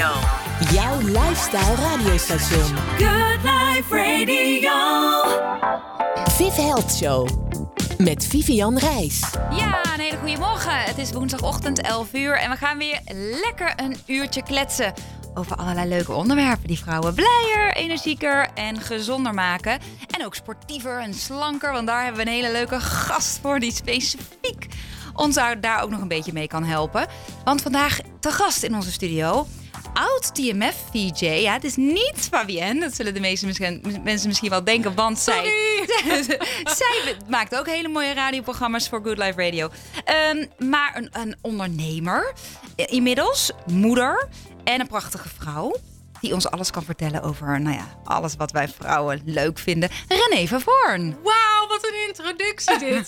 Radio. Jouw lifestyle radiostation. Good Life Radio. Viv Health Show. Met Vivian Reis. Ja, een hele goede morgen. Het is woensdagochtend 11 uur en we gaan weer lekker een uurtje kletsen over allerlei leuke onderwerpen die vrouwen blijer, energieker en gezonder maken. En ook sportiever en slanker, want daar hebben we een hele leuke gast voor die specifiek ons daar ook nog een beetje mee kan helpen. Want vandaag te gast in onze studio, oud TMF-VJ. Ja, het is niet Fabienne, dat zullen de meeste mensen misschien wel denken, want zij maakt ook hele mooie radioprogramma's voor Good Life Radio. Maar een ondernemer, inmiddels moeder en een prachtige vrouw die ons alles kan vertellen over alles wat wij vrouwen leuk vinden. René van Voorn. Wauw, wat een introductie dit.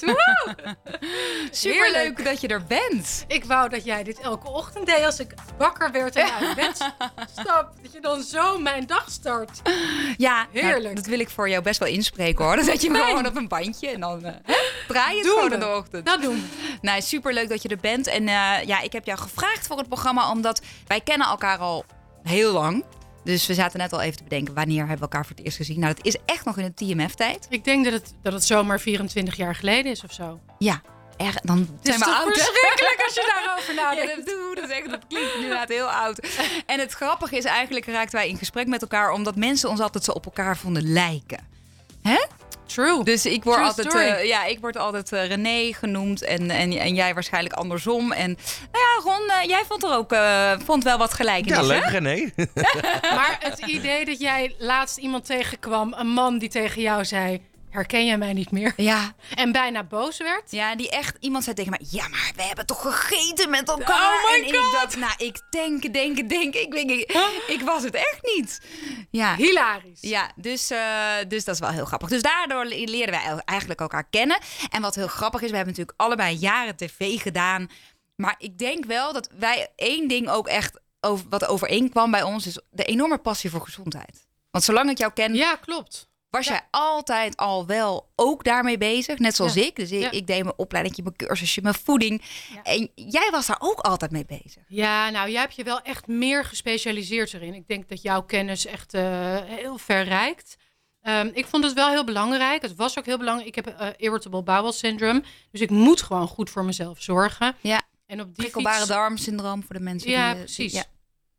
Superleuk dat je er bent. Ik wou dat jij dit elke ochtend deed als ik wakker werd en uit bed stap. Dat je dan zo mijn dag start. Ja, heerlijk. Nou, dat wil ik voor jou best wel inspreken hoor. Dan zet je hem gewoon op een bandje en dan draai je het gewoon in de ochtend. Dat doen we. Nou, superleuk dat je er bent. En ik heb jou gevraagd voor het programma omdat wij kennen elkaar al heel lang. Dus we zaten net al even te bedenken, wanneer hebben we elkaar voor het eerst gezien? Nou, dat is echt nog in de TMF-tijd. Ik denk dat het zomaar 24 jaar geleden is of zo. Ja, dan zijn we oud. Het is verschrikkelijk als je daarover nadenkt. Ja, dat klinkt inderdaad heel oud. En het grappige is eigenlijk, raakten wij in gesprek met elkaar omdat mensen ons altijd zo op elkaar vonden lijken. Hè? True. Dus ik word altijd René genoemd en jij waarschijnlijk andersom. En Ron, jij vond wel wat gelijkenissen. Ja, leuk René. Maar het idee dat jij laatst iemand tegenkwam, een man die tegen jou zei, herken jij mij niet meer? Ja. En bijna boos werd. Ja, iemand zei tegen mij, ja, maar we hebben toch gegeten met elkaar? Oh my God. Ik denk, ik was het echt niet. Ja. Hilarisch. Ja, dus dat is wel heel grappig. Dus daardoor leren wij eigenlijk elkaar kennen. En wat heel grappig is, we hebben natuurlijk allebei jaren tv gedaan. Maar ik denk wel dat wij één ding ook echt wat overeenkwam bij ons, is de enorme passie voor gezondheid. Want zolang ik jou ken, ja, klopt. Was jij altijd al wel ook daarmee bezig, net zoals ik. Dus ik deed mijn opleiding, mijn cursusje, mijn voeding. Ja. En jij was daar ook altijd mee bezig. Ja, nou, jij hebt je wel echt meer gespecialiseerd erin. Ik denk dat jouw kennis echt heel ver reikt. Ik vond het wel heel belangrijk. Het was ook heel belangrijk. Ik heb irritable bowel syndrome. Dus ik moet gewoon goed voor mezelf zorgen. Ja, en op die prikkelbare darmsyndroom voor de mensen die... Ja, precies. Ja.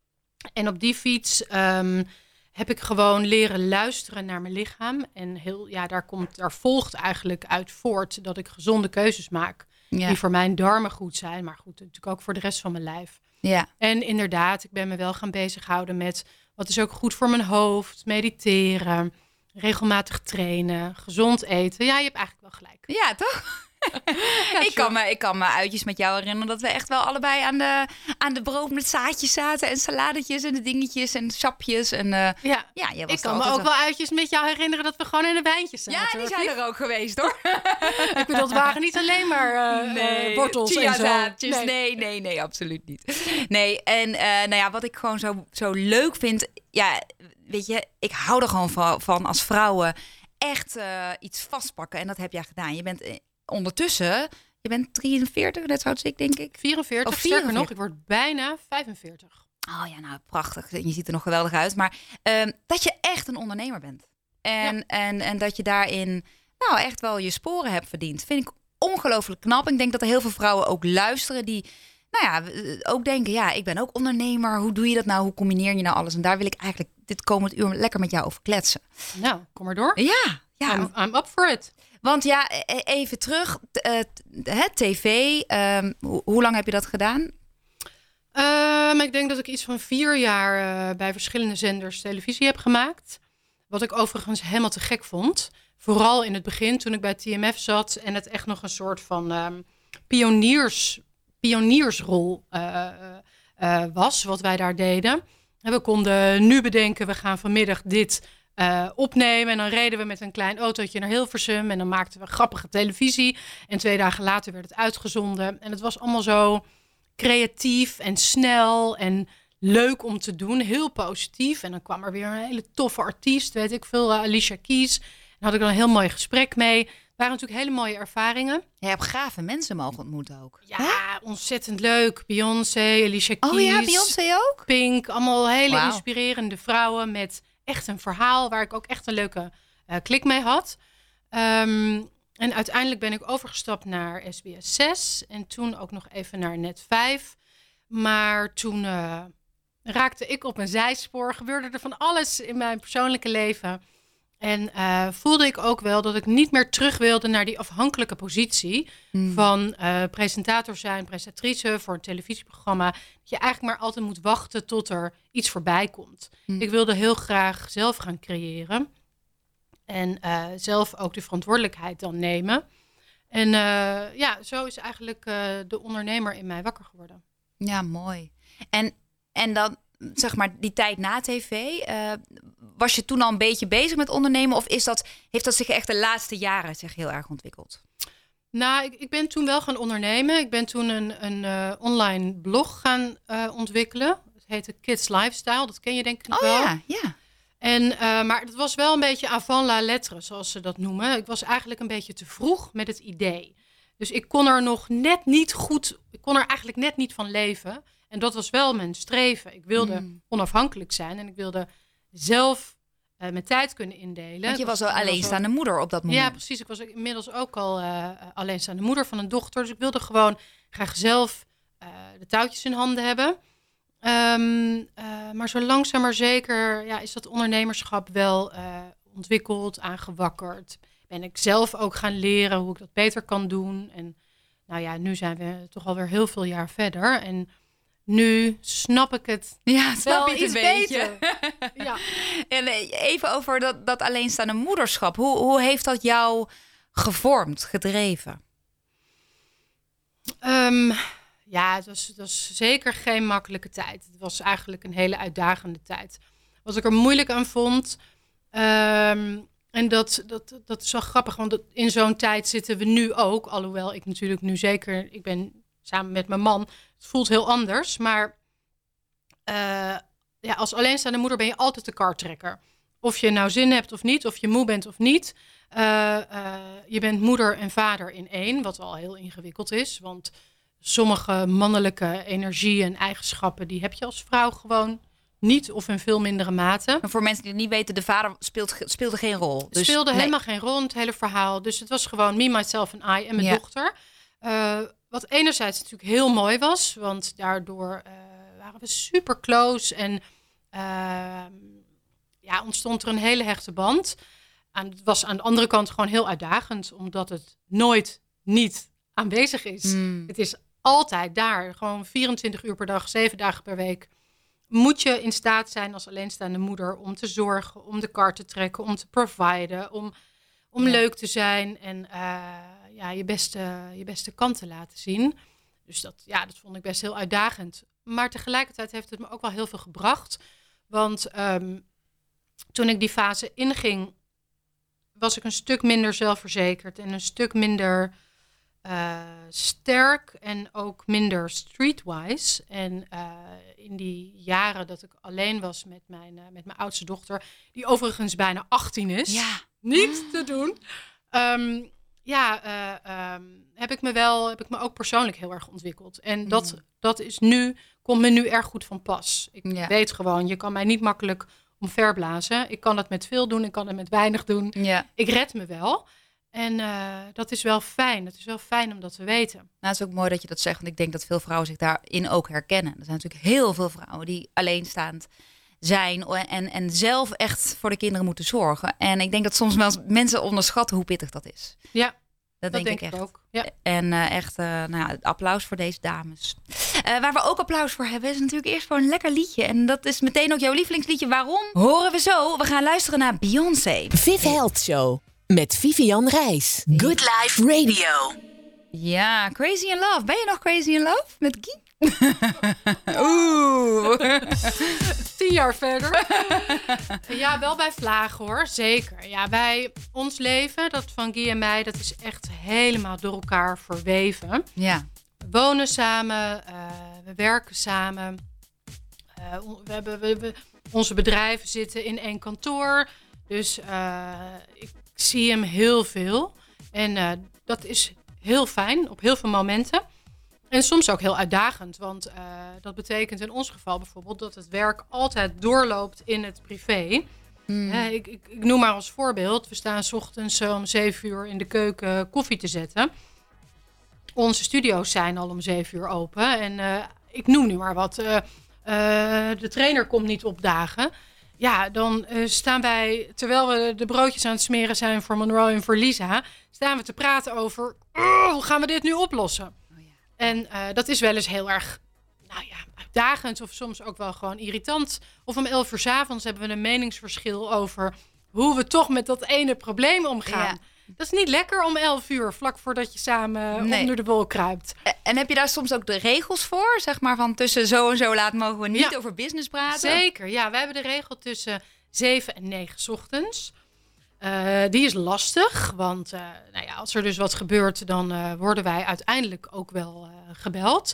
En op die fiets heb ik gewoon leren luisteren naar mijn lichaam. En daar volgt eigenlijk uit voort dat ik gezonde keuzes maak. Ja. Die voor mijn darmen goed zijn. Maar goed, natuurlijk ook voor de rest van mijn lijf. Ja. En inderdaad, ik ben me wel gaan bezighouden met wat is ook goed voor mijn hoofd. Mediteren, regelmatig trainen, gezond eten. Ja, je hebt eigenlijk wel gelijk. Ja, toch? Ja, ik kan me uitjes met jou herinneren dat we echt wel allebei aan de brood met zaadjes zaten en saladetjes en de dingetjes en sapjes. En, jij was ik kan me ook wel uitjes met jou herinneren dat we gewoon in de wijntjes zaten. Ja, die zijn er ook geweest hoor. Ik bedoel, het waren niet alleen maar wortels en zo. Zaadjes. Nee, absoluut niet. Nee, en wat ik gewoon zo leuk vind, ja, weet je, ik hou er gewoon van als vrouwen echt iets vastpakken en dat heb jij gedaan. Je bent ondertussen, je bent 43, net zoals ik, denk ik. 44, of sterker nog, ik word bijna 45. Oh ja, nou, prachtig. Je ziet er nog geweldig uit. Maar dat je echt een ondernemer bent. En dat je daarin echt wel je sporen hebt verdiend. Vind ik ongelooflijk knap. Ik denk dat er heel veel vrouwen ook luisteren die ook denken, ik ben ook ondernemer. Hoe doe je dat nou? Hoe combineer je nou alles? En daar wil ik eigenlijk dit komend uur lekker met jou over kletsen. Nou, kom maar door. Ja. I'm up for it. Want even terug, tv, hoe lang heb je dat gedaan? Ik denk dat ik iets van 4 jaar bij verschillende zenders televisie heb gemaakt. Wat ik overigens helemaal te gek vond. Vooral in het begin toen ik bij TMF zat en het echt nog een soort van pioniersrol was wat wij daar deden. En we konden nu bedenken, we gaan vanmiddag dit opnemen. En dan reden we met een klein autootje naar Hilversum. En dan maakten we grappige televisie. En 2 dagen later werd het uitgezonden. En het was allemaal zo creatief en snel en leuk om te doen. Heel positief. En dan kwam er weer een hele toffe artiest. Weet ik veel, Alicia Keys. Daar had ik dan een heel mooi gesprek mee. waren natuurlijk hele mooie ervaringen. Je hebt gave mensen mogen ontmoeten ook. Ja, ontzettend leuk. Beyoncé, Alicia Keys. Oh ja, Beyoncé ook? Pink, allemaal hele inspirerende vrouwen met echt een verhaal waar ik ook echt een leuke klik mee had. En uiteindelijk ben ik overgestapt naar SBS 6 en toen ook nog even naar Net 5. Maar toen raakte ik op een zijspoor, gebeurde er van alles in mijn persoonlijke leven. En voelde ik ook wel dat ik niet meer terug wilde naar die afhankelijke positie van presentator zijn, presentatrice voor een televisieprogramma. Dat je eigenlijk maar altijd moet wachten tot er iets voorbij komt. Ik wilde heel graag zelf gaan creëren en zelf ook de verantwoordelijkheid dan nemen. En zo is eigenlijk de ondernemer in mij wakker geworden. Ja, mooi. En dan, zeg maar, die tijd na tv, was je toen al een beetje bezig met ondernemen? Of heeft dat zich echt de laatste jaren heel erg ontwikkeld? Nou, ik ben toen wel gaan ondernemen. Ik ben toen een online blog gaan ontwikkelen. Het heette Kids Lifestyle, dat ken je denk ik wel. Ja. En, maar het was wel een beetje avant la lettre, zoals ze dat noemen. Ik was eigenlijk een beetje te vroeg met het idee. Dus ik kon er nog net niet goed, ik kon er eigenlijk net niet van leven. En dat was wel mijn streven. Ik wilde onafhankelijk zijn en ik wilde zelf mijn tijd kunnen indelen. Want je was al alleenstaande moeder op dat moment. Ja, precies. Ik was inmiddels ook al alleenstaande moeder van een dochter. Dus ik wilde gewoon graag zelf de touwtjes in handen hebben. Maar zo langzaam maar zeker is dat ondernemerschap wel ontwikkeld, aangewakkerd. Ben ik zelf ook gaan leren hoe ik dat beter kan doen. En nou ja, nu zijn we toch alweer heel veel jaar verder. En nu snap ik het wel iets beter. Ja. En even over dat alleenstaande moederschap. Hoe heeft dat jou gevormd, gedreven? Het was zeker geen makkelijke tijd. Het was eigenlijk een hele uitdagende tijd. Wat ik er moeilijk aan vond. En dat is wel grappig, want in zo'n tijd zitten we nu ook. Alhoewel ik natuurlijk nu zeker, ik ben samen met mijn man. Het voelt heel anders, maar als alleenstaande moeder ben je altijd de kartrekker. Of je nou zin hebt of niet, of je moe bent of niet. Je bent moeder en vader in één, wat al heel ingewikkeld is. Want sommige mannelijke energie en eigenschappen, die heb je als vrouw gewoon niet of in veel mindere mate. Maar voor mensen die het niet weten, de vader speelde geen rol. Dus, speelde helemaal geen rol in het hele verhaal. Dus het was gewoon me, myself en I en mijn dochter. Wat enerzijds natuurlijk heel mooi was, want daardoor waren we super close en ontstond er een hele hechte band. En het was aan de andere kant gewoon heel uitdagend, omdat het nooit niet aanwezig is. Het is altijd daar, gewoon 24 uur per dag, 7 dagen per week. Moet je in staat zijn als alleenstaande moeder om te zorgen, om de kar te trekken, om te providen, om leuk te zijn en je beste kant te laten zien. Dus dat vond ik best heel uitdagend. Maar tegelijkertijd heeft het me ook wel heel veel gebracht. Want toen ik die fase inging, was ik een stuk minder zelfverzekerd en een stuk minder sterk en ook minder streetwise. En in die jaren dat ik alleen was met mijn oudste dochter, die overigens bijna 18 is, niet te doen, heb ik me ook persoonlijk heel erg ontwikkeld. En dat komt me nu erg goed van pas. Ik weet gewoon, je kan mij niet makkelijk omverblazen. Ik kan het met veel doen, ik kan het met weinig doen. Ja. Ik red me wel. En dat is wel fijn. Het is wel fijn om dat te weten. Nou, het is ook mooi dat je dat zegt, want ik denk dat veel vrouwen zich daarin ook herkennen. Er zijn natuurlijk heel veel vrouwen die alleenstaand zijn en zelf echt voor de kinderen moeten zorgen. En ik denk dat soms wel mensen onderschatten hoe pittig dat is. Ja, dat denk ik echt. Ook. Ja. En applaus voor deze dames. Waar we ook applaus voor hebben is natuurlijk eerst voor een lekker liedje. En dat is meteen ook jouw lievelingsliedje. Waarom? Horen we zo. We gaan luisteren naar Beyoncé. Viv Health Show met Vivian Reis. Good Life Radio. Ja, Crazy in Love. Ben je nog Crazy in Love met Guy? Oeh. 10 jaar verder. Ja, wel bij vlagen hoor. Zeker. Ja, bij ons leven, dat van Guy en mij, dat is echt helemaal door elkaar verweven. Ja. We wonen samen. We werken samen. Onze bedrijven zitten in één kantoor. Dus ik zie hem heel veel. En dat is heel fijn op heel veel momenten. En soms ook heel uitdagend. Want dat betekent in ons geval bijvoorbeeld dat het werk altijd doorloopt in het privé. Ik noem maar als voorbeeld. We staan 's ochtends om 7 uur in de keuken koffie te zetten. Onze studio's zijn al om 7 uur open. En ik noem nu maar wat. De trainer komt niet opdagen. Ja, dan staan wij, terwijl we de broodjes aan het smeren zijn voor Monroe en voor Lisa, staan we te praten over, hoe gaan we dit nu oplossen? Oh ja. En dat is wel eens heel erg, uitdagend of soms ook wel gewoon irritant. Of om 11 uur 's avonds hebben we een meningsverschil over hoe we toch met dat ene probleem omgaan. Ja. Dat is niet lekker om 11 uur, vlak voordat je samen onder de wol kruipt. En heb je daar soms ook de regels voor? Zeg maar van tussen zo en zo laat mogen we niet over business praten? Zeker, ja. Wij hebben de regel tussen 7 en 9 's ochtends. Die is lastig, want als er dus wat gebeurt, dan worden wij uiteindelijk ook wel gebeld.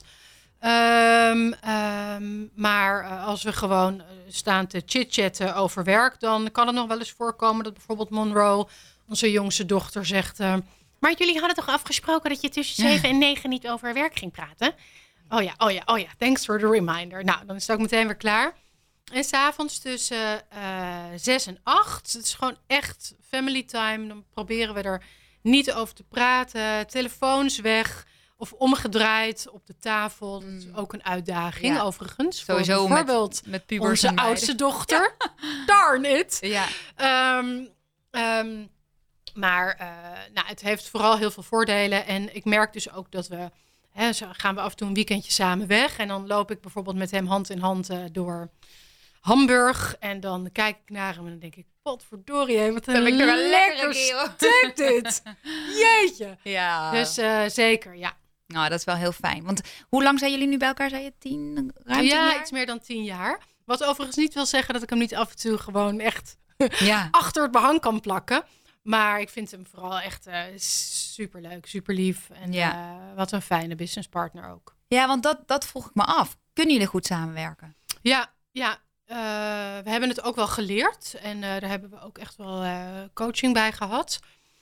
Maar als we gewoon staan te chit-chatten over werk, dan kan het nog wel eens voorkomen dat bijvoorbeeld Monroe, onze jongste dochter, zegt, maar jullie hadden toch afgesproken dat je tussen 7 en 9 niet over werk ging praten? Oh ja, thanks for the reminder. Nou, dan is het ook meteen weer klaar. En 's avonds tussen 6 en 8, het is gewoon echt family time. Dan proberen we er niet over te praten, telefoons weg of omgedraaid op de tafel. Dat is ook een uitdaging, overigens. Sowieso voor bijvoorbeeld met pubers onze oudste dochter. Darn it! Ja. Maar het heeft vooral heel veel voordelen. En ik merk dus ook dat we, zo gaan we af en toe een weekendje samen weg. En dan loop ik bijvoorbeeld met hem hand in hand door Hamburg. En dan kijk ik naar hem en dan denk ik, potverdorie, wat een lekker stuk dit. Jeetje. Ja. Dus zeker, ja. Nou, dat is wel heel fijn. Want hoe lang zijn jullie nu bij elkaar? Zei je 10 jaar? Iets meer dan 10 jaar. Wat overigens niet wil zeggen dat ik hem niet af en toe gewoon echt achter het behang kan plakken. Maar ik vind hem vooral echt superleuk, super lief. En wat een fijne businesspartner ook. Ja, want dat vroeg ik me af. Kunnen jullie goed samenwerken? Ja. We hebben het ook wel geleerd. En daar hebben we ook echt wel coaching bij gehad.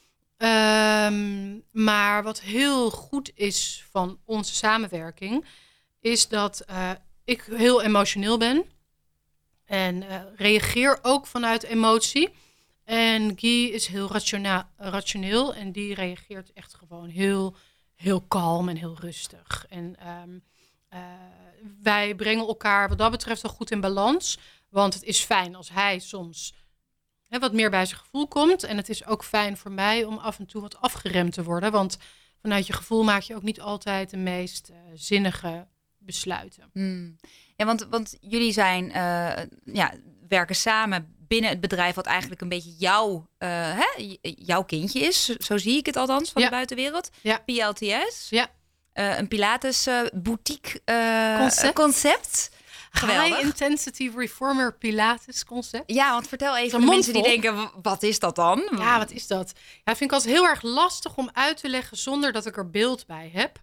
Maar wat heel goed is van onze samenwerking, is dat ik heel emotioneel ben. En reageer ook vanuit emotie. En Guy is heel rationeel en die reageert echt gewoon heel, heel kalm en heel rustig. En wij brengen elkaar wat dat betreft wel goed in balans. Want het is fijn als hij soms wat meer bij zijn gevoel komt. En het is ook fijn voor mij om af en toe wat afgeremd te worden. Want vanuit je gevoel maak je ook niet altijd de meest zinnige besluiten. Ja, want jullie zijn werken samen binnen het bedrijf wat eigenlijk een beetje jouw kindje is. Zo zie ik het althans van de buitenwereld. Ja. PLTS. Ja. Een Pilates boutique concept. High Intensity Reformer Pilates concept. Ja, want vertel even de mensen die denken, wat is dat dan? Ja, wat is dat? Ja, vind ik altijd heel erg lastig om uit te leggen zonder dat ik er beeld bij heb.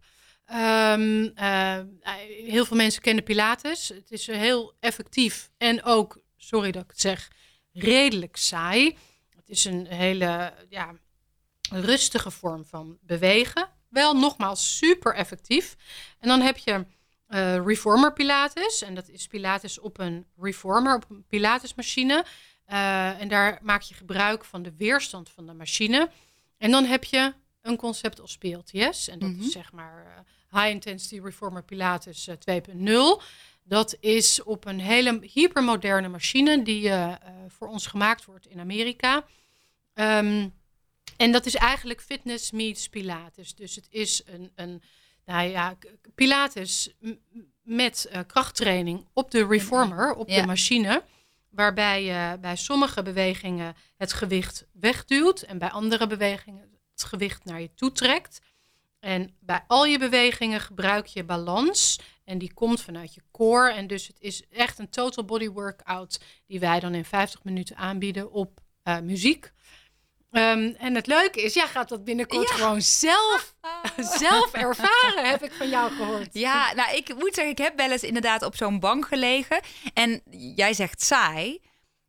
Heel veel mensen kennen Pilates. Het is heel effectief en ook, sorry dat ik het zeg, redelijk saai. Het is een hele rustige vorm van bewegen. Wel nogmaals super effectief. En dan heb je Reformer Pilates. En dat is Pilates op een reformer, op een Pilatesmachine. En daar maak je gebruik van de weerstand van de machine. En dan heb je een concept als PLTS. En dat is zeg maar High Intensity Reformer Pilates 2.0. Dat is op een hele hypermoderne machine die voor ons gemaakt wordt in Amerika. En dat is eigenlijk fitness meets Pilates. Dus het is een Pilates met krachttraining op de reformer, op de machine. Waarbij je bij sommige bewegingen het gewicht wegduwt en bij andere bewegingen het gewicht naar je toe trekt. En bij al je bewegingen gebruik je balans. En die komt vanuit je core. En dus het is echt een total body workout die wij dan in 50 minuten aanbieden op muziek. En het leuke is, jij gaat dat binnenkort gewoon zelf ervaren, heb ik van jou gehoord. Ja, nou ik moet zeggen, ik heb wel eens inderdaad op zo'n bank gelegen. En jij zegt saai.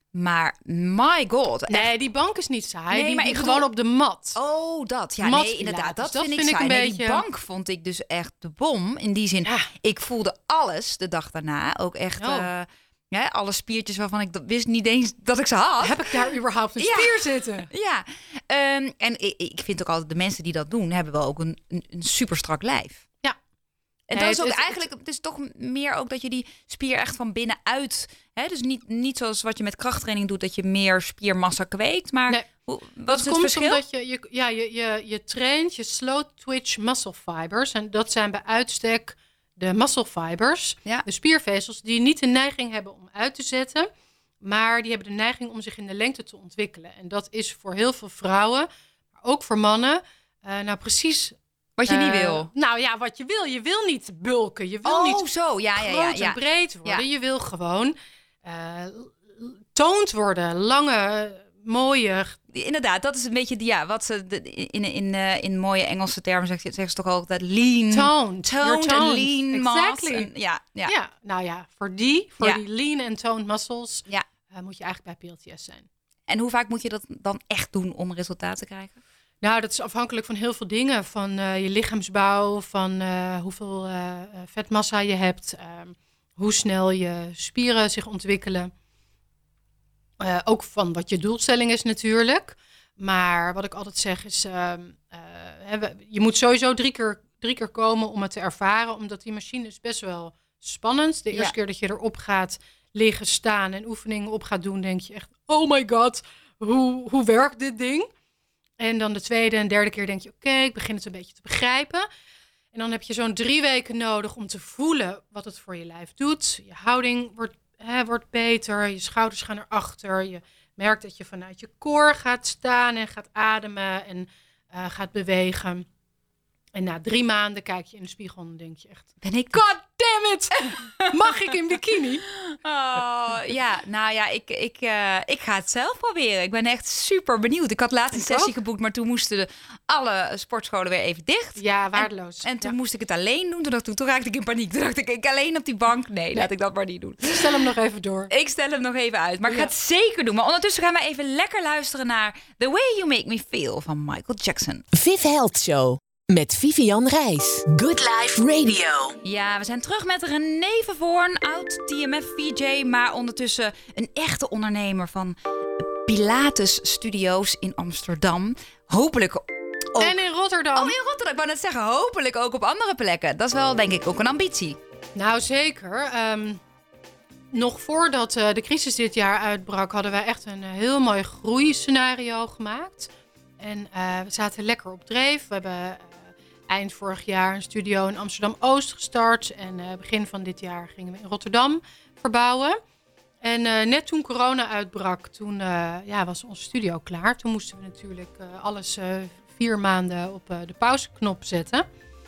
Maar my god. Nee, die bank is niet saai. Nee, maar die ik gewoon bedoel- op de mat. Oh, dat. Ja, Mat nee, inderdaad. Pilates. Dat vind ik een saai. Nee, beetje... die bank vond ik dus echt de bom. In die zin, ik voelde alles de dag daarna. Ook echt alle spiertjes waarvan ik wist niet eens dat ik ze had. Heb ik daar überhaupt een spier zitten? Ja. En ik vind ook altijd, de mensen die dat doen, hebben wel ook een super strak lijf. Ja. En Nee, dat is ook het- eigenlijk, het is toch meer ook dat je die spier echt van binnenuit, dus niet zoals wat je met krachttraining doet, dat je meer spiermassa kweekt, maar Nee. wat Dat is het komt verschil? omdat je traint je slow twitch muscle fibers. En dat zijn bij uitstek de muscle fibers. Ja. De spiervezels die niet de neiging hebben om uit te zetten. Maar die hebben de neiging om zich in de lengte te ontwikkelen. En dat is voor heel veel vrouwen, maar ook voor mannen, precies... Wat je niet wil. Nou ja, wat je wil. Je wil niet bulken. Je wil Oh, niet zo. Ja. groot en breed worden. Ja. Je wil gewoon toond worden. Lange, mooie... Inderdaad, dat is een beetje wat ze in mooie Engelse termen zeggen ze toch altijd lean. Toned. You're Toned en toned. lean Exactly. mass. En, ja. Ja, nou ja, voor die lean en toned muscles Ja. moet je eigenlijk bij PLTS zijn. En hoe vaak moet je dat dan echt doen om resultaat te krijgen? Nou, dat is afhankelijk van heel veel dingen. Van je lichaamsbouw, van hoeveel vetmassa je hebt, hoe snel je spieren zich ontwikkelen. Ook van wat je doelstelling is natuurlijk. Maar wat ik altijd zeg is, je moet sowieso drie keer komen om het te ervaren. Omdat die machine is best wel spannend. De eerste keer dat je erop gaat liggen, staan en oefeningen op gaat doen, denk je echt, oh my god, hoe werkt dit ding? En dan de tweede en derde keer denk je, oké, ik begin het een beetje te begrijpen. En dan heb je zo'n 3 weken nodig om te voelen wat het voor je lijf doet. Je houding wordt beter, je schouders gaan erachter. Je merkt dat je vanuit je core gaat staan en gaat ademen en gaat bewegen. En na 3 maanden kijk je in de spiegel en denk je echt, Ben ik... God damn it! Mag ik in bikini? Oh, ja. Nou ja, ik ga het zelf proberen. Ik ben echt super benieuwd. Ik had laatst een sessie geboekt, maar toen moesten alle sportscholen weer even dicht. Ja, waardeloos. En toen moest ik het alleen doen. Toen raakte ik in paniek. Toen dacht ik alleen op die bank. Nee, laat ik dat maar niet doen. Stel hem nog even door. Ik stel hem nog even uit. Maar ik ga het zeker doen. Maar ondertussen gaan we even lekker luisteren naar The Way You Make Me Feel van Michael Jackson. Viv Health Show met Vivian Reis. Good Life Radio. Ja, we zijn terug met René Vervoorn, oud TMF-VJ, maar ondertussen een echte ondernemer van Pilates Studio's in Amsterdam. Hopelijk ook... En in Rotterdam. Oh, in Rotterdam. Ik wou net zeggen, hopelijk ook op andere plekken. Dat is wel, denk ik, ook een ambitie. Nou, zeker. Nog voordat de crisis dit jaar uitbrak, hadden wij echt een heel mooi groeiscenario gemaakt. En we zaten lekker op dreef. We hebben eind vorig jaar een studio in Amsterdam-Oost gestart. En begin van dit jaar gingen we in Rotterdam verbouwen. En net toen corona uitbrak, toen was onze studio klaar. Toen moesten we natuurlijk alles 4 maanden op de pauzeknop zetten.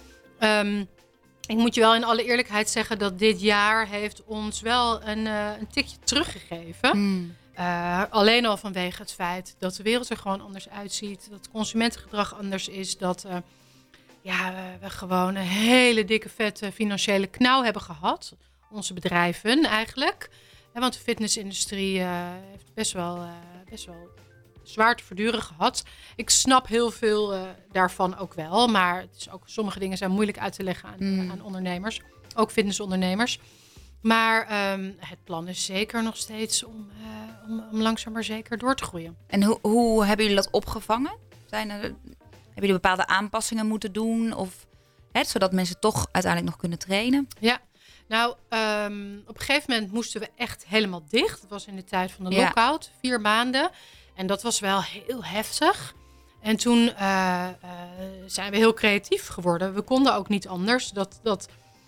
Ik moet je wel in alle eerlijkheid zeggen dat dit jaar heeft ons wel een tikje teruggegeven. Alleen al vanwege het feit dat de wereld er gewoon anders uitziet. Dat consumentengedrag anders is. Dat we gewoon een hele dikke vette financiële knauw hebben gehad. Onze bedrijven eigenlijk. Want de fitnessindustrie heeft best wel zwaar te verduren gehad. Ik snap heel veel daarvan ook wel. Maar het is ook, sommige dingen zijn moeilijk uit te leggen aan ondernemers. Ook fitnessondernemers. Maar het plan is zeker nog steeds om langzaam maar zeker door te groeien. En hoe hebben jullie dat opgevangen? Hebben jullie bepaalde aanpassingen moeten doen? Of, zodat mensen toch uiteindelijk nog kunnen trainen? Ja, nou, op een gegeven moment moesten we echt helemaal dicht. Dat was in de tijd van de lockout, 4 maanden. En dat was wel heel heftig. En toen zijn we heel creatief geworden. We konden ook niet anders. Dat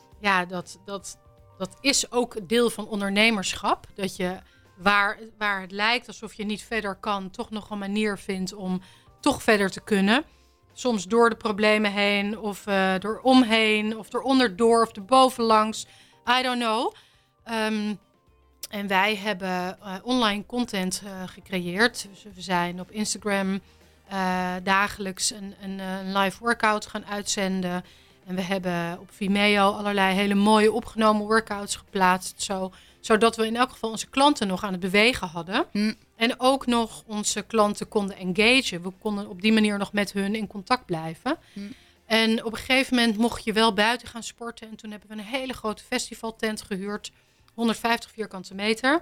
is ook deel van ondernemerschap. Dat je waar het lijkt alsof je niet verder kan, toch nog een manier vindt om toch verder te kunnen. Soms door de problemen heen, of door omheen, of eronder of erbovenlangs. I don't know. En wij hebben online content gecreëerd. Dus we zijn op Instagram dagelijks een live workout gaan uitzenden. En we hebben op Vimeo allerlei hele mooie opgenomen workouts geplaatst. Zodat we in elk geval onze klanten nog aan het bewegen hadden. En ook nog onze klanten konden engagen. We konden op die manier nog met hun in contact blijven. En op een gegeven moment mocht je wel buiten gaan sporten. En toen hebben we een hele grote festivaltent gehuurd. 150 vierkante meter.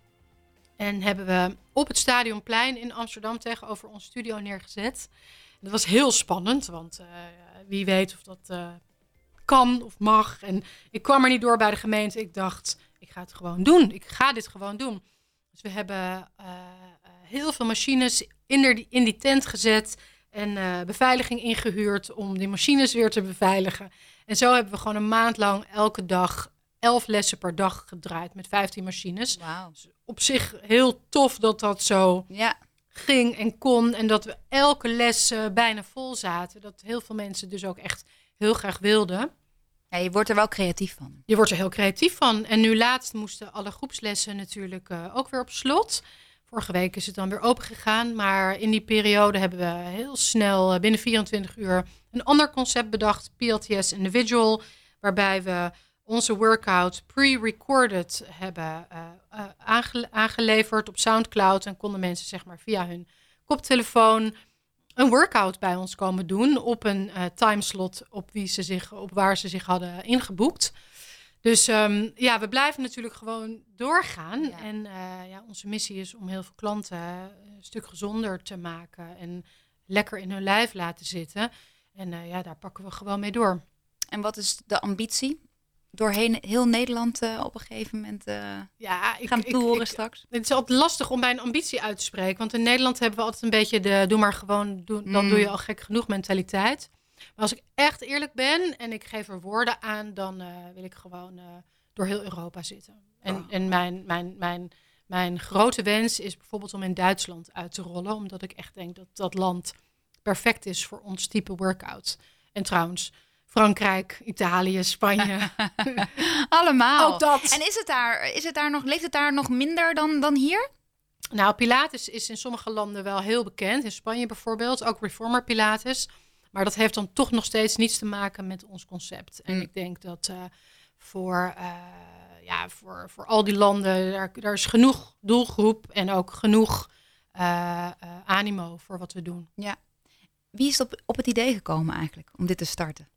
En hebben we op het Stadionplein in Amsterdam tegenover ons studio neergezet. Dat was heel spannend, want wie weet of dat kan of mag. En ik kwam er niet door bij de gemeente. Ik dacht, ik ga het gewoon doen. Ik ga dit gewoon doen. Dus we hebben heel veel machines in die tent gezet en beveiliging ingehuurd om die machines weer te beveiligen. En zo hebben we gewoon een maand lang elke dag 11 lessen per dag gedraaid met 15 machines. Wauw. Dus op zich heel tof dat zo ging en kon. En dat we elke les bijna vol zaten. Dat heel veel mensen dus ook echt heel graag wilden. Ja, je wordt er wel creatief van. Je wordt er heel creatief van. En nu laatst moesten alle groepslessen natuurlijk ook weer op slot. Vorige week is het dan weer open gegaan. Maar in die periode hebben we heel snel binnen 24 uur een ander concept bedacht. PLTS Individual. Waarbij we onze workout pre-recorded hebben aangeleverd op Soundcloud. En konden mensen zeg maar via hun koptelefoon een workout bij ons komen doen op een timeslot op waar ze zich hadden ingeboekt. Dus we blijven natuurlijk gewoon doorgaan. Ja. En onze missie is om heel veel klanten een stuk gezonder te maken en lekker in hun lijf laten zitten. En daar pakken we gewoon mee door. En wat is de ambitie? Doorheen heel Nederland op een gegeven moment gaan toeren straks? Het is altijd lastig om bij een ambitie uit te spreken. Want in Nederland hebben we altijd een beetje de doe maar gewoon, dan doe je al gek genoeg mentaliteit. Maar als ik echt eerlijk ben en ik geef er woorden aan, dan wil ik gewoon door heel Europa zitten. En mijn grote wens is bijvoorbeeld om in Duitsland uit te rollen. Omdat ik echt denk dat dat land perfect is voor ons type workout. En trouwens, Frankrijk, Italië, Spanje. Allemaal. Ook dat. En ligt het daar nog minder dan hier? Nou, Pilates is in sommige landen wel heel bekend. In Spanje bijvoorbeeld, ook Reformer Pilates. Maar dat heeft dan toch nog steeds niets te maken met ons concept. En ik denk dat voor al die landen, daar is genoeg doelgroep en ook genoeg animo voor wat we doen. Ja. Wie is op het idee gekomen eigenlijk om dit te starten?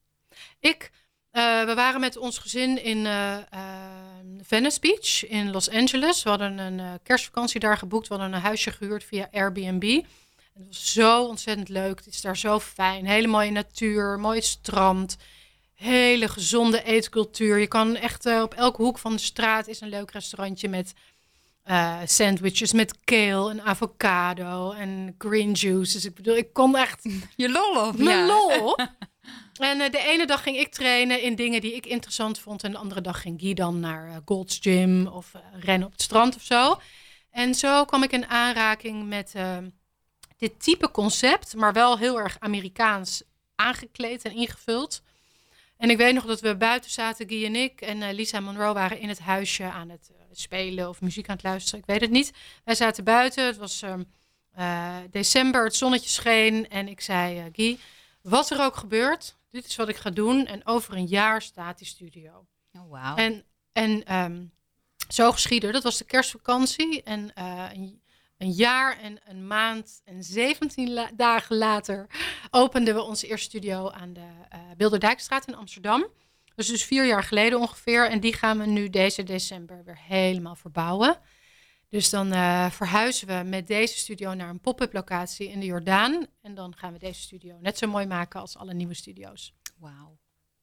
We waren met ons gezin in Venice Beach in Los Angeles. We hadden een kerstvakantie daar geboekt. We hadden een huisje gehuurd via Airbnb. Het was zo ontzettend leuk. Het is daar zo fijn. Hele mooie natuur, mooi strand. Hele gezonde eetcultuur. Je kan echt op elke hoek van de straat is een leuk restaurantje met sandwiches met kale en avocado en green juice. Dus ik bedoel, ik kon echt je lol op. Mijn lol. En de ene dag ging ik trainen in dingen die ik interessant vond. En de andere dag ging Guy dan naar Gold's Gym of rennen op het strand of zo. En zo kwam ik in aanraking met dit type concept, maar wel heel erg Amerikaans aangekleed en ingevuld. En ik weet nog dat we buiten zaten, Guy en ik. En Lisa Monroe waren in het huisje aan het spelen of muziek aan het luisteren. Ik weet het niet. Wij zaten buiten. Het was december, het zonnetje scheen. En ik zei, Guy, wat er ook gebeurt, dit is wat ik ga doen. En over een jaar staat die studio. Oh, wow. En zo geschiedde. Dat was de kerstvakantie. En een jaar en een maand en 17 dagen later openden we onze eerste studio aan de Bilderdijkstraat in Amsterdam. Dus 4 jaar geleden ongeveer. En die gaan we nu deze december weer helemaal verbouwen. Dus dan verhuizen we met deze studio naar een pop-up locatie in de Jordaan. En dan gaan we deze studio net zo mooi maken als alle nieuwe studio's. Wauw.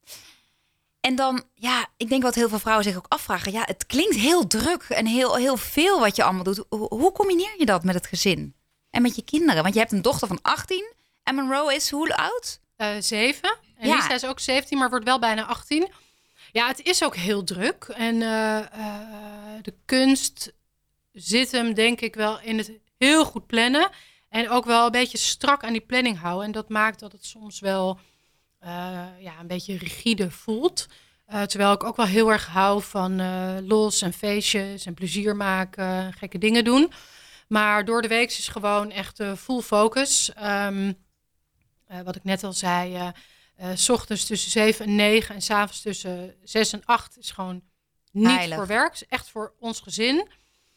En dan, ik denk wat heel veel vrouwen zich ook afvragen. Ja, het klinkt heel druk en heel veel wat je allemaal doet. Hoe combineer je dat met het gezin en met je kinderen? Want je hebt een dochter van 18 en Monroe is hoe oud? 7. En Lisa is ook 17, maar wordt wel bijna 18. Ja, het is ook heel druk. En de kunst zit hem denk ik wel in het heel goed plannen. En ook wel een beetje strak aan die planning houden. En dat maakt dat het soms wel een beetje rigide voelt. Terwijl ik ook wel heel erg hou van los en feestjes en plezier maken, gekke dingen doen. Maar door de week is gewoon echt full focus. Wat ik net al zei, 's ochtends tussen 7 en 9 en 's avonds tussen 6 en 8 is gewoon Niet Heilig. voor werk, echt voor ons gezin.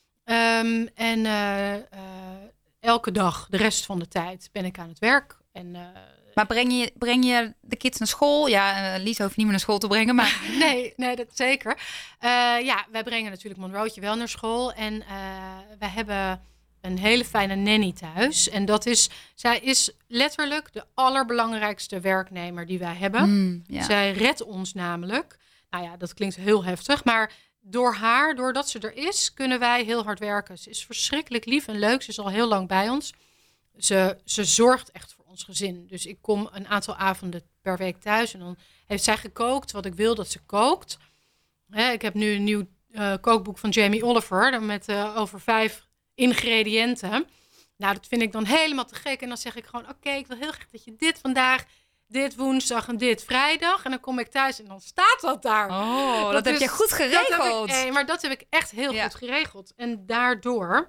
Elke dag, de rest van de tijd, ben ik aan het werk. Maar breng je de kids naar school? Ja, Lies hoef je niet meer naar school te brengen, maar... Nee, dat zeker. Wij brengen natuurlijk Monroe'tje wel naar school. En wij hebben een hele fijne nanny thuis. En zij is letterlijk de allerbelangrijkste werknemer die wij hebben. Ja. Zij redt ons namelijk. Nou ja, dat klinkt heel heftig, maar doordat ze er is, kunnen wij heel hard werken. Ze is verschrikkelijk lief en leuk. Ze is al heel lang bij ons. Ze zorgt echt voor ons gezin. Dus ik kom een aantal avonden per week thuis en dan heeft zij gekookt wat ik wil dat ze kookt. Ik heb nu een nieuw kookboek van Jamie Oliver met over 5 ingrediënten. Nou, dat vind ik dan helemaal te gek. En dan zeg ik gewoon, oké, ik wil heel graag dat je dit vandaag, dit woensdag en dit vrijdag. En dan kom ik thuis en dan staat dat daar. Oh, dat heb je goed geregeld. Maar dat heb ik echt heel goed geregeld. En daardoor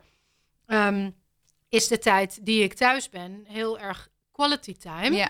is de tijd die ik thuis ben heel erg quality time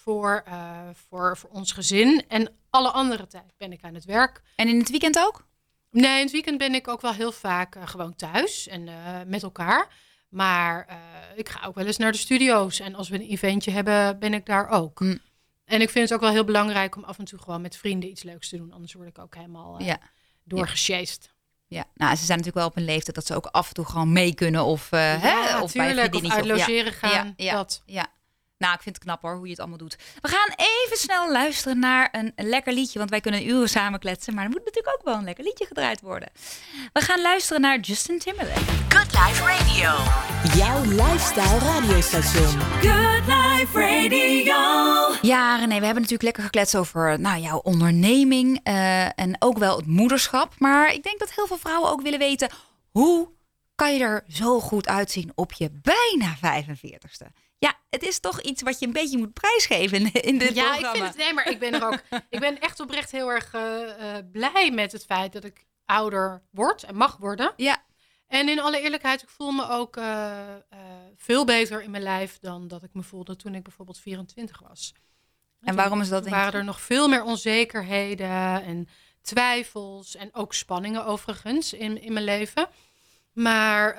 voor ons gezin. En alle andere tijd ben ik aan het werk. En in het weekend ook? Nee, in het weekend ben ik ook wel heel vaak gewoon thuis en met elkaar. Maar ik ga ook wel eens naar de studio's. En als we een eventje hebben, ben ik daar ook. En ik vind het ook wel heel belangrijk om af en toe gewoon met vrienden iets leuks te doen. Anders word ik ook helemaal doorgesjeest. Ja, nou, ze zijn natuurlijk wel op een leeftijd dat ze ook af en toe gewoon mee kunnen. Of of uit logeren gaan. Ja. Nou, ik vind het knap hoor, hoe je het allemaal doet. We gaan even snel luisteren naar een lekker liedje. Want wij kunnen uren samen kletsen. Maar er moet natuurlijk ook wel een lekker liedje gedraaid worden. We gaan luisteren naar Justin Timberlake. Good Life Radio. Jouw lifestyle radiostation. Good Life Radio. Ja, René, we hebben natuurlijk lekker gekletst over jouw onderneming. En ook wel het moederschap. Maar ik denk dat heel veel vrouwen ook willen weten, hoe kan je er zo goed uitzien op je bijna 45ste? Ja, het is toch iets wat je een beetje moet prijsgeven in dit programma. Ja, ik vind het. Nee, maar ik ben echt oprecht heel erg blij met het feit dat ik ouder word en mag worden. Ja. En in alle eerlijkheid, ik voel me ook veel beter in mijn lijf dan dat ik me voelde toen ik bijvoorbeeld 24 was. En waarom is dat? Toen waren er nog veel meer onzekerheden en twijfels en ook spanningen overigens in mijn leven. Maar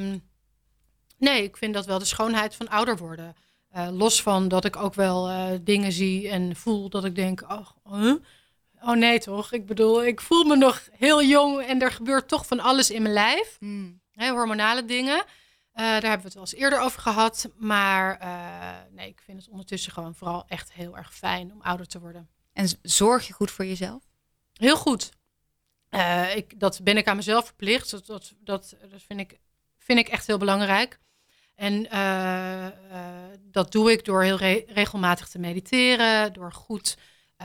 nee, ik vind dat wel de schoonheid van ouder worden. Los van dat ik ook wel dingen zie en voel dat ik denk, oh nee toch? Ik bedoel, ik voel me nog heel jong en er gebeurt toch van alles in mijn lijf. Hormonale dingen. Daar hebben we het wel eens eerder over gehad. Maar nee, ik vind het ondertussen gewoon vooral echt heel erg fijn om ouder te worden. En zorg je goed voor jezelf? Heel goed. Dat ben ik aan mezelf verplicht. Dat vind ik echt heel belangrijk. En dat doe ik door heel regelmatig te mediteren. Door goed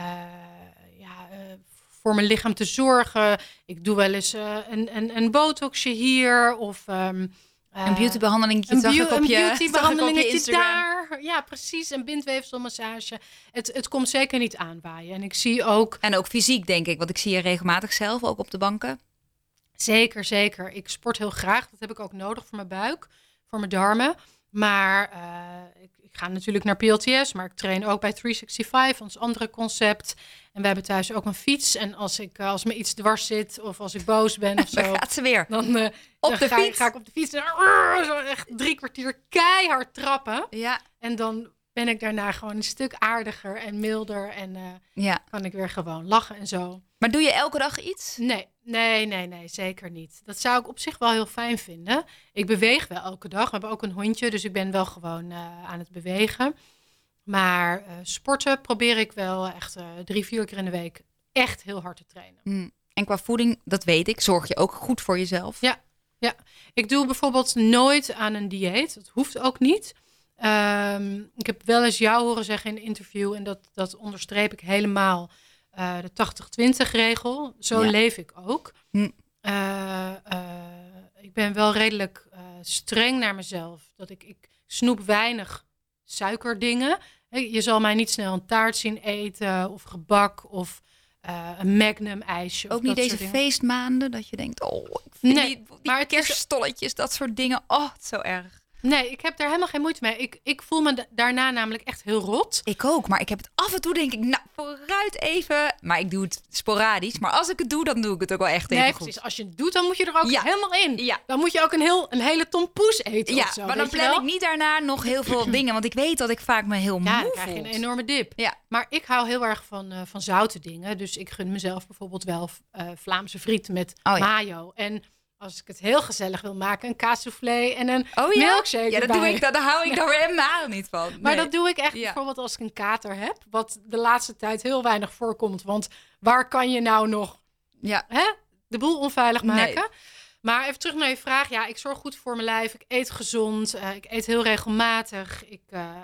voor mijn lichaam te zorgen. Ik doe wel eens een botoxje hier. Of een beautybehandeling. Een beautybehandeling daar. Ja, precies. Een bindweefselmassage. Het komt zeker niet aanwaaien. En ik zie ook... En ook fysiek, denk ik. Want ik zie je regelmatig zelf ook op de banken. Zeker, zeker. Ik sport heel graag. Dat heb ik ook nodig voor mijn buik. Voor mijn darmen. Maar ik ga natuurlijk naar PLTS. Maar ik train ook bij 365. Ons andere concept. En we hebben thuis ook een fiets. En als me iets dwars zit. Of als ik boos ben of zo. Dan gaat ze weer. Dan ga ik op de fiets. En zo echt 3 kwartier keihard trappen. Ja. En dan ben ik daarna gewoon een stuk aardiger en milder. En kan ik weer gewoon lachen en zo. Maar doe je elke dag iets? Nee, zeker niet. Dat zou ik op zich wel heel fijn vinden. Ik beweeg wel elke dag. We hebben ook een hondje, dus ik ben wel gewoon aan het bewegen. Maar sporten probeer ik wel echt 3-4 keer in de week echt heel hard te trainen. En qua voeding, dat weet ik, zorg je ook goed voor jezelf? Ja. Ik doe bijvoorbeeld nooit aan een dieet. Dat hoeft ook niet. Ik heb wel eens jou horen zeggen in een interview, en dat onderstreep ik helemaal, de 80-20 regel. Zo leef ik ook. Ik ben wel redelijk streng naar mezelf. Dat ik snoep weinig suikerdingen. Je zal mij niet snel een taart zien eten of gebak of een Magnum ijsje. Ook niet deze feestmaanden dat je denkt, ik vind die maar kerststolletjes, dat soort dingen. Oh, het is zo erg. Nee, ik heb daar helemaal geen moeite mee. Ik voel me daarna namelijk echt heel rot. Ik ook, maar ik heb het af en toe denk ik, nou, vooruit even. Maar ik doe het sporadisch. Maar als ik het doe, dan doe ik het ook wel echt even goed. Precies. Als je het doet, dan moet je er ook helemaal in. Ja. Dan moet je ook een hele tompoes eten of zo. Maar dan plan ik niet daarna nog heel veel dingen. Want ik weet dat ik vaak me heel moe dan voel. krijg je een enorme dip. Ja. Maar ik hou heel erg van zoute dingen. Dus ik gun mezelf bijvoorbeeld wel Vlaamse friet met mayo. En als ik het heel gezellig wil maken, een kaassoufflé en een milkshake Ja, dat erbij. doe ik. Daar hou ik dan helemaal niet van. Nee. Maar dat doe ik echt bijvoorbeeld als ik een kater heb. Wat de laatste tijd heel weinig voorkomt. Want waar kan je nou nog de boel onveilig maken? Nee. Maar even terug naar je vraag. Ja, ik zorg goed voor mijn lijf. Ik eet gezond. Ik eet heel regelmatig. Ik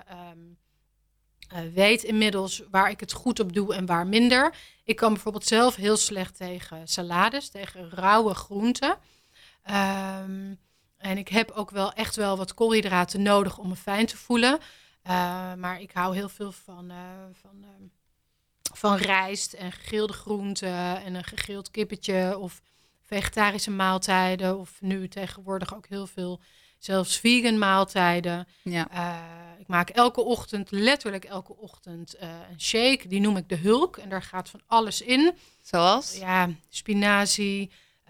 weet inmiddels waar ik het goed op doe en waar minder. Ik kan bijvoorbeeld zelf heel slecht tegen salades, tegen rauwe groenten. En ik heb ook wel echt wel wat koolhydraten nodig om me fijn te voelen. Maar ik hou heel veel van rijst en gegrilde groenten en een gegrild kippetje of vegetarische maaltijden. Of nu tegenwoordig ook heel veel zelfs vegan maaltijden. Ja. Ik maak letterlijk elke ochtend een shake. Die noem ik de Hulk. En daar gaat van alles in. Zoals? Ja, spinazie,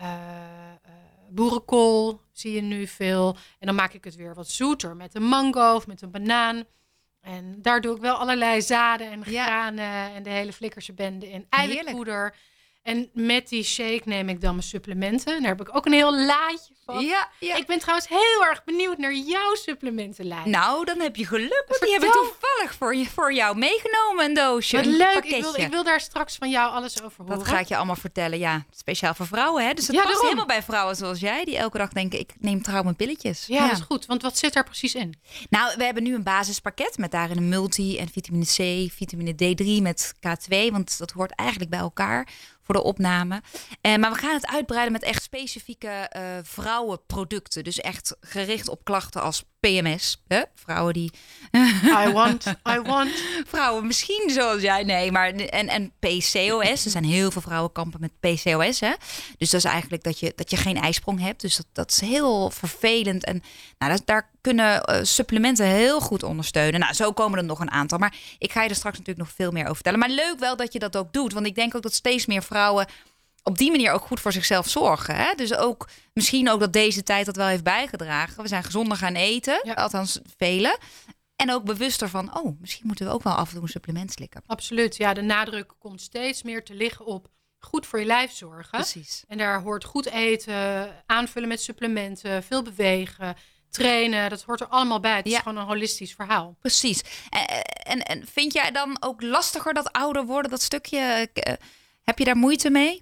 boerenkool zie je nu veel. En dan maak ik het weer wat zoeter met een mango of met een banaan. En daar doe ik wel allerlei zaden en granen en de hele flikkerse bende in. Eiwitpoeder. En met die shake neem ik dan mijn supplementen. Daar heb ik ook een heel laadje van. Ja. Ik ben trouwens heel erg benieuwd naar jouw supplementenlijn. Nou, dan heb je geluk. Want die heb ik toevallig voor jou meegenomen, een doosje. Wat leuk. Ik wil daar straks van jou alles over horen. Dat ga ik je allemaal vertellen. Ja, speciaal voor vrouwen. Hè? Dus dat past helemaal bij vrouwen zoals jij. Die elke dag denken, ik neem trouw mijn pilletjes. Ja, dat is goed. Want wat zit daar precies in? Nou, we hebben nu een basispakket met daarin een multi en vitamine C, vitamine D3 met K2. Want dat hoort eigenlijk bij elkaar voor de opname. Maar we gaan het uitbreiden met echt specifieke vrouwenproducten. Dus echt gericht op klachten als PMS. Vrouwen die... I want. Vrouwen misschien zoals jij. Nee, maar... En PCOS. Er zijn heel veel vrouwen kampen met PCOS. Hè? Dus dat is eigenlijk dat je geen ijsprong hebt. Dus dat is heel vervelend. En daar kunnen supplementen heel goed ondersteunen. Nou, zo komen er nog een aantal. Maar ik ga je er straks natuurlijk nog veel meer over vertellen. Maar leuk wel dat je dat ook doet. Want ik denk ook dat steeds meer vrouwen op die manier ook goed voor zichzelf zorgen. Hè? Dus ook misschien ook dat deze tijd dat wel heeft bijgedragen. We zijn gezonder gaan eten. Ja. Althans, velen. En ook bewuster van, misschien moeten we ook wel af en toe een supplement slikken. Absoluut. Ja, de nadruk komt steeds meer te liggen op goed voor je lijf zorgen. Precies. En daar hoort goed eten, aanvullen met supplementen, veel bewegen, trainen. Dat hoort er allemaal bij. Het is gewoon een holistisch verhaal. Precies. En vind jij dan ook lastiger dat ouder worden, dat stukje? Heb je daar moeite mee?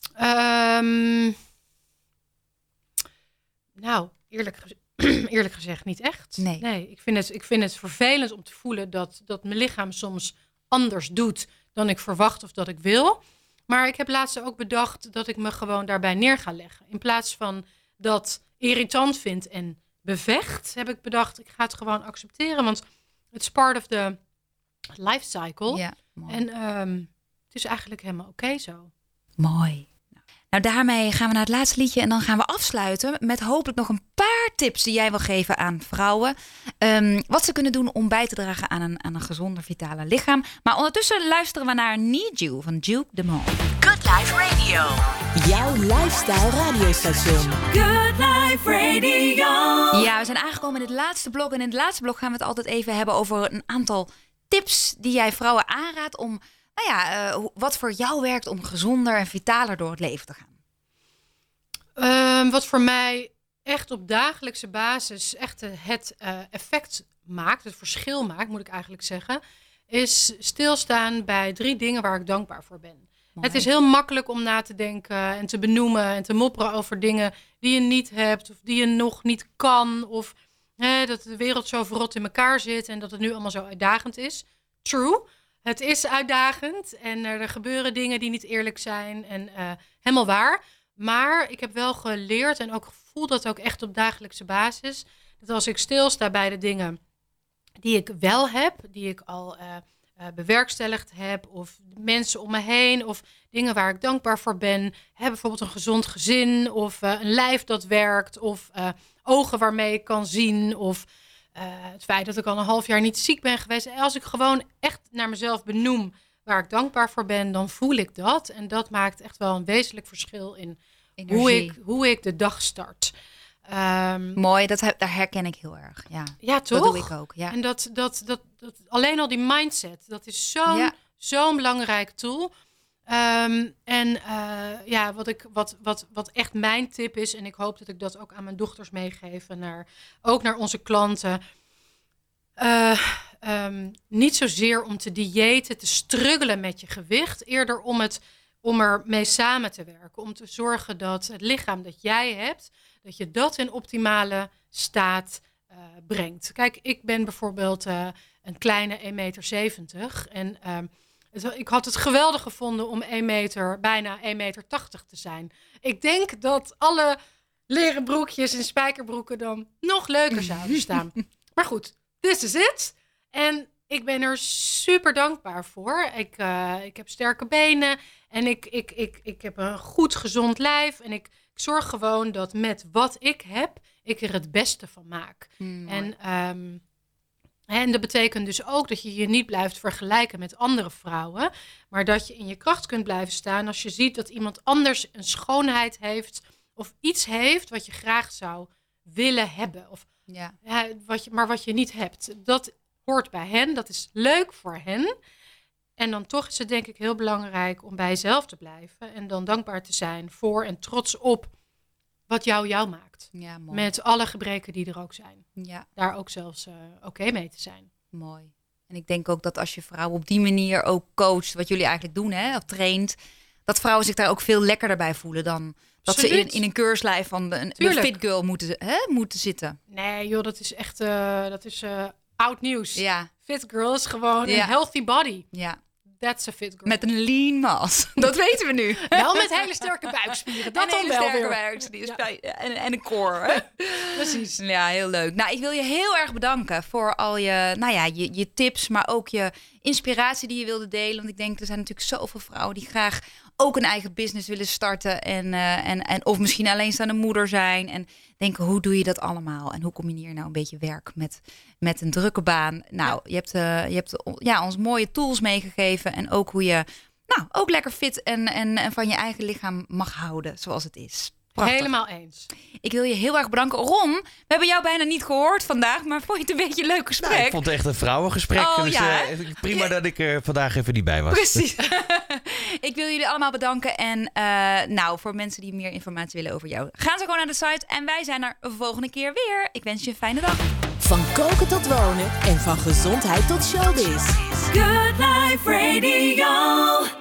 Nou, eerlijk gezegd niet echt. Nee, ik vind het vervelend om te voelen dat mijn lichaam soms anders doet dan ik verwacht of dat ik wil. Maar ik heb laatst ook bedacht dat ik me gewoon daarbij neer ga leggen. In plaats van dat irritant vind en bevecht, heb ik bedacht, ik ga het gewoon accepteren. Want het is part of the life cycle. Ja, mooi. En het is eigenlijk helemaal oké zo. Mooi. Nou, daarmee gaan we naar het laatste liedje en dan gaan we afsluiten met hopelijk nog een paar tips die jij wil geven aan vrouwen. Wat ze kunnen doen om bij te dragen aan een gezonder, vitale lichaam. Maar ondertussen luisteren we naar Need You van Duke Dumont. Good Life Radio. Jouw lifestyle radiostation. Good Life Radio. Ja, we zijn aangekomen in het laatste blok. En in het laatste blok gaan we het altijd even hebben over een aantal tips die jij vrouwen aanraadt om... wat voor jou werkt om gezonder en vitaler door het leven te gaan? Wat voor mij echt op dagelijkse basis echt het effect maakt, het verschil maakt, moet ik eigenlijk zeggen, is stilstaan bij 3 dingen waar ik dankbaar voor ben. Mooi. Het is heel makkelijk om na te denken en te benoemen en te mopperen over dingen die je niet hebt of die je nog niet kan. Of dat de wereld zo verrot in elkaar zit en dat het nu allemaal zo uitdagend is. True. Het is uitdagend en er gebeuren dingen die niet eerlijk zijn en helemaal waar. Maar ik heb wel geleerd en ook gevoel dat ook echt op dagelijkse basis, dat als ik stilsta bij de dingen die ik wel heb, die ik al bewerkstelligd heb. Of mensen om me heen. Of dingen waar ik dankbaar voor ben. Bijvoorbeeld een gezond gezin. Of een lijf dat werkt. Of ogen waarmee ik kan zien. Of het feit dat ik al een half jaar niet ziek ben geweest. En als ik gewoon echt naar mezelf benoem waar ik dankbaar voor ben, dan voel ik dat. En dat maakt echt wel een wezenlijk verschil in hoe ik de dag start. Mooi, daar herken ik heel erg. Ja, toch? Dat doe ik ook. Ja. En dat alleen al die mindset, dat is zo'n belangrijk tool. Wat echt mijn tip is, en ik hoop dat ik dat ook aan mijn dochters meegeef, ook naar onze klanten. Niet zozeer om te diëten, te struggelen met je gewicht. Eerder om er mee samen te werken. Om te zorgen dat het lichaam dat jij hebt, dat je dat in optimale staat brengt. Kijk, ik ben bijvoorbeeld een kleine 1,70 meter. En ik had het geweldig gevonden om bijna 1,80 meter te zijn. Ik denk dat alle leren broekjes en spijkerbroeken dan nog leuker zouden staan. Maar goed, this is it. En ik ben er super dankbaar voor. Ik heb sterke benen en ik heb een goed gezond lijf. En ik zorg gewoon dat met wat ik heb, ik er het beste van maak. En dat betekent dus ook dat je je niet blijft vergelijken met andere vrouwen. Maar dat je in je kracht kunt blijven staan als je ziet dat iemand anders een schoonheid heeft of iets heeft wat je graag zou willen hebben. Wat je niet hebt. Dat hoort bij hen, dat is leuk voor hen. En dan toch is het denk ik heel belangrijk om bij jezelf te blijven. En dan dankbaar te zijn voor en trots op wat jou maakt. Ja, mooi. Met alle gebreken die er ook zijn. Ja. Daar ook zelfs oké mee te zijn. Mooi. En ik denk ook dat als je vrouwen op die manier ook coacht, wat jullie eigenlijk doen, of traint, dat vrouwen zich daar ook veel lekkerder bij voelen dan dat Absoluut. ze in een keurslijf van de fit girl moeten zitten. Nee joh, dat is echt oud nieuws. Ja. Fit girl is gewoon een healthy body. Ja. That's a fit girl. Met een lean mass. Dat weten we nu. Wel met hele sterke buikspieren. Dat dan wel weer. En een core. Precies. Ja, heel leuk. Nou, ik wil je heel erg bedanken voor al je tips, maar ook je inspiratie die je wilde delen. Want ik denk, er zijn natuurlijk zoveel vrouwen die graag ook een eigen business willen starten. En of misschien alleenstaande moeder zijn. En denken, hoe doe je dat allemaal? En hoe combineer je nou een beetje werk met een drukke baan? Nou, je hebt ons mooie tools meegegeven. En ook hoe je ook lekker fit en van je eigen lichaam mag houden zoals het is. Prachtig. Helemaal eens. Ik wil je heel erg bedanken. Ron, we hebben jou bijna niet gehoord vandaag, maar vond je het een beetje een leuk gesprek? Nou, ik vond het echt een vrouwengesprek. Prima dat ik er vandaag even niet bij was. Precies. Ik wil jullie allemaal bedanken. En voor mensen die meer informatie willen over jou, gaan ze gewoon naar de site. En wij zijn er de volgende keer weer. Ik wens je een fijne dag. Van koken tot wonen en van gezondheid tot showbiz. Good Life Radio.